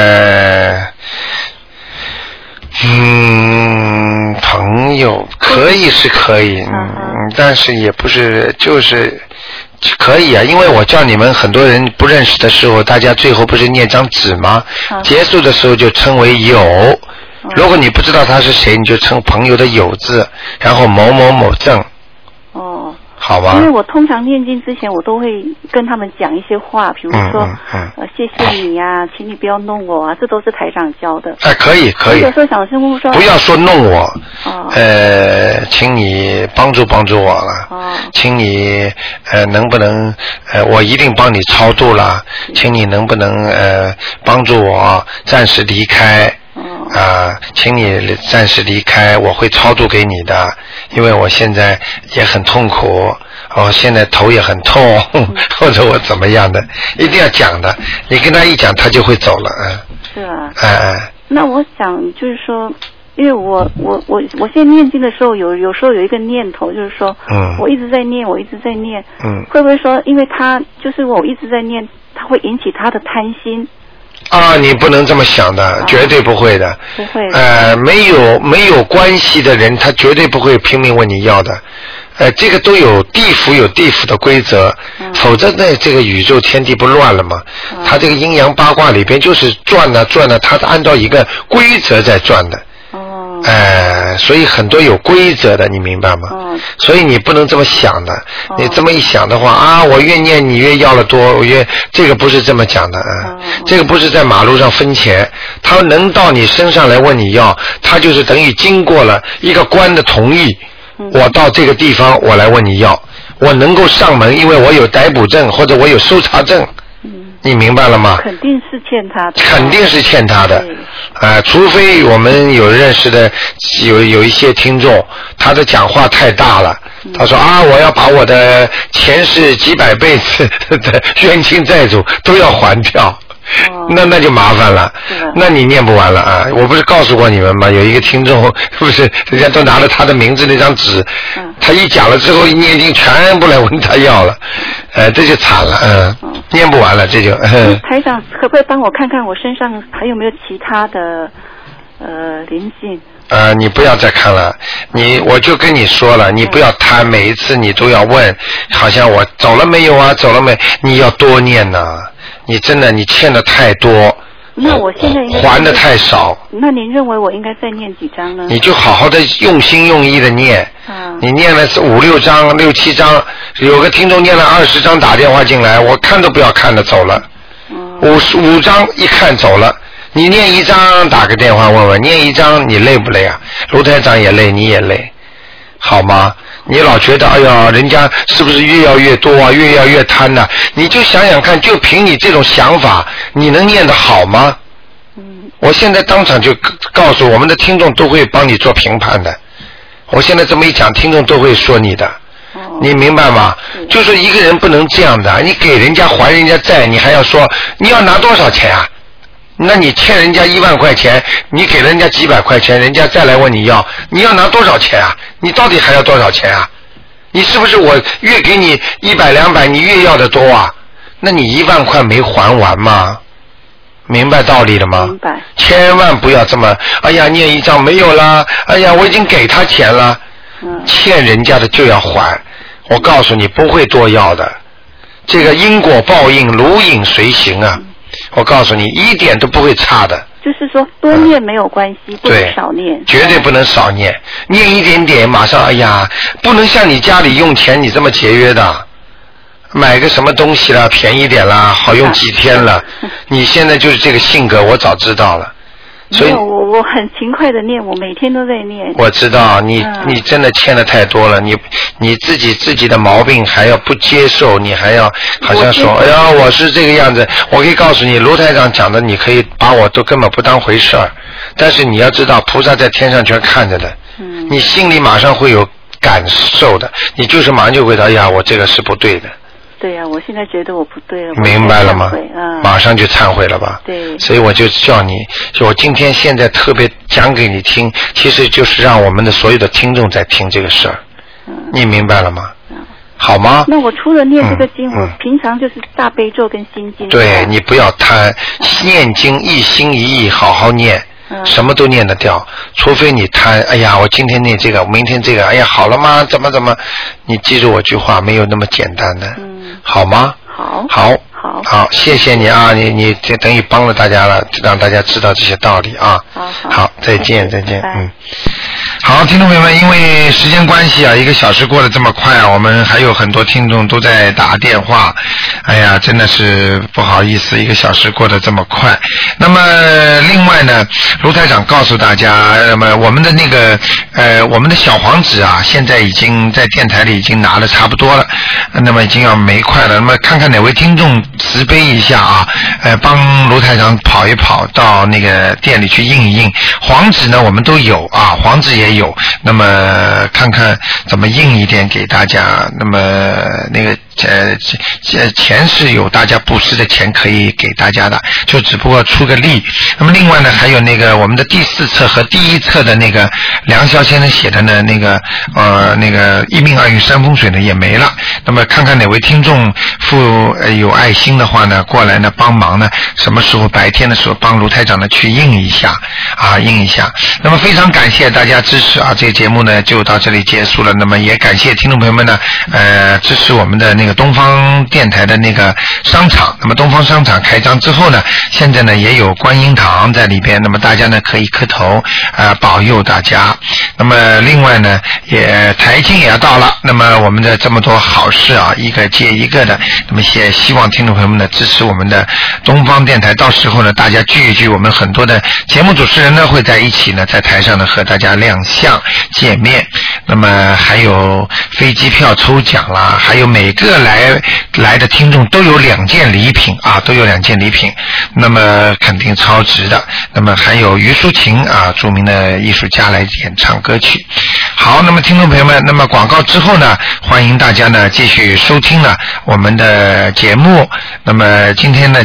朋友可以是可以，但是也不是就是可以啊，因为我叫你们很多人不认识的时候，大家最后不是念张纸吗？结束的时候就称为友。如果你不知道他是谁，你就称朋友的友字，然后某某某正。好吧， 因为我通常念经之前，我都会跟他们讲一些话，比如说，谢谢你呀，请你不要弄我啊，这都是台长教的。 可以。 有时候想说， 不要说弄我，请你帮助我了，请你能不能我一定帮你超度了，请你能不能帮助我暂时离开。请你暂时离开，我会超度给你的，因为我现在也很痛苦，现在头也很痛，或者我怎么样的，一定要讲的。你跟他一讲，他就会走了。 是啊。那我想就是说，因为我现在念经的时候，有时候有一个念头，就是说，我一直在念，会不会说，因为他就是我一直在念，他会引起他的贪心？ 你不能这么想的，绝对不会的。 不会。 没有关系的人，他绝对不会拼命问你要的。这个都有地府的规则，否则呢，这个宇宙天地不乱了吗？他这个阴阳八卦里边就是转啊，他是按照一个规则在转的。所以很多有规则的，你明白吗？所以你不能这么想的。你这么一想的话我越念你越要的多，这个不是这么讲的这个不是在马路上分钱，他能到你身上来问你要，他就是等于经过了一个官的同意，我到这个地方我来问你要，我能够上门，因为我有逮捕证或者我有搜查证。你明白了吗？ 肯定是欠他的。 肯定是欠他的，除非我们有认识的有一些听众，他的讲话太大了，他说我要把我的前世几百辈子的冤亲债主都要还掉。那就麻烦了，那你念不完了我不是告诉过你们吗？有一个听众不是人家都拿了他的名字那张纸，他一讲了之后一念经全部来问他要了，这就惨了念不完了这就台长可不可以帮我看看我身上还有没有其他的灵性？ 你不要再看了，我就跟你说了，你不要贪，每一次你都要问，好像我走了没有啊，走了没？你要多念呐。 你真的你欠的太多。 那我现在应该还的太少。 那您认为我应该再念几张呢？ 你就好好的用心用意的念。你念了5、6张、6、7张，有个听众念了20张打电话进来，我看都不要看的走了。5张一看走了。你念1张打个电话问问，念1张你累不累啊？卢台长也累，你也累，好吗？你老觉得哎呀，人家是不是越要越多啊，越要越贪呢？你就想想看，就凭你这种想法，你能念得好吗？我现在当场就告诉我们的听众，都会帮你做评判的。我现在这么一讲，听众都会说你的，你明白吗？就是一个人不能这样的，你给人家还人家债，你还要说你要拿多少钱啊？那你欠人家1万块钱，你给人家几百块钱，人家再来问你要拿多少钱啊？你到底还要多少钱啊？你是不是我越给你100、200，你越要的多啊？那你1万块没还完吗？明白道理了吗？ 明白。 千万不要这么，哎呀，念1张没有啦，哎呀，我已经给他钱了。欠人家的就要还，我告诉你不会多要的，这个因果报应如影随形啊。我告诉你，一点都不会差的。 就是说，多念没有关系，不能少念。 绝对不能少念，念一点点，马上哎呀，不能像你家里用钱你这么节约的，买个什么东西啦，便宜点啦，好用几天了。你现在就是这个性格，我早知道了。所以我很勤快的念，我每天都在念。 我知道你真的欠的太多了，你自己的毛病还要不接受，你还要好像说哎呀我是这个样子。我可以告诉你，卢台长讲的，你可以把我都根本不当回事儿，但是你要知道菩萨在天上全看着的，你心里马上会有感受的，你就是马上就会说哎呀我这个是不对的。 对呀，我现在觉得我不对了。 明白了吗？马上就忏悔了吧？ 对。 所以我就叫你，我今天现在特别讲给你听，其实就是让我们的所有的听众在听这个事儿。你明白了吗？好吗？ 那我除了念这个经，我平常就是大悲咒跟心经。 对，你不要贪，念经一心一意，好好念。什么都念得掉，除非你贪。哎呀，我今天念这个，明天这个，哎呀，好了吗？怎么？你记住我句话，没有那么简单的，好吗？好，谢谢你啊，你这等于帮了大家了，让大家知道这些道理啊。好，再见。好，听众朋友们，因为时间关系啊，1个小时过得这么快啊，我们还有很多听众都在打电话，哎呀，真的是不好意思，1个小时过得这么快。那么另外呢，卢台长告诉大家，那么我们的那个我们的小黄纸啊，现在已经在电台里已经拿的差不多了，那么已经要没快了。那么看看哪位听众慈悲一下啊，帮卢台长跑一跑到那个店里去印一印。黄纸呢我们都有啊，黄纸也有，那么看看怎么印一点给大家。那么那个钱是有大家布施的钱可以给大家的，就只不过出个力。那么另外呢，还有那个我们的第4册和第1册的那个梁霄先生写的呢，那个一命2运3风水呢也没了。那么看看哪位听众有爱心的话呢，过来呢帮忙呢，什么时候白天的时候帮卢台长呢去印一下。那么非常感谢大家支持啊，这个节目呢就到这里结束了。那么也感谢听众朋友们呢支持我们的那个东方电台的那个商场。那么东方商场开张之后呢，现在呢也有观音堂在里边，那么大家呢可以磕头保佑大家。那么另外呢也台庆也要到了，那么我们的这么多好事啊，一个接一个的，那么也希望听众朋友们呢支持我们的东方电台。到时候呢大家聚一聚，我们很多的节目主持人呢会在一起呢，在台上呢和大家亮相见面。那么还有飞机票抽奖啦，还有每个来的听众都有2件礼品啊，都有2件礼品，那么肯定超值的。那么还有虞书琴啊，著名的艺术家来演唱歌曲。好，那么听众朋友们，那么广告之后呢，欢迎大家呢继续收听呢我们的节目。那么今天呢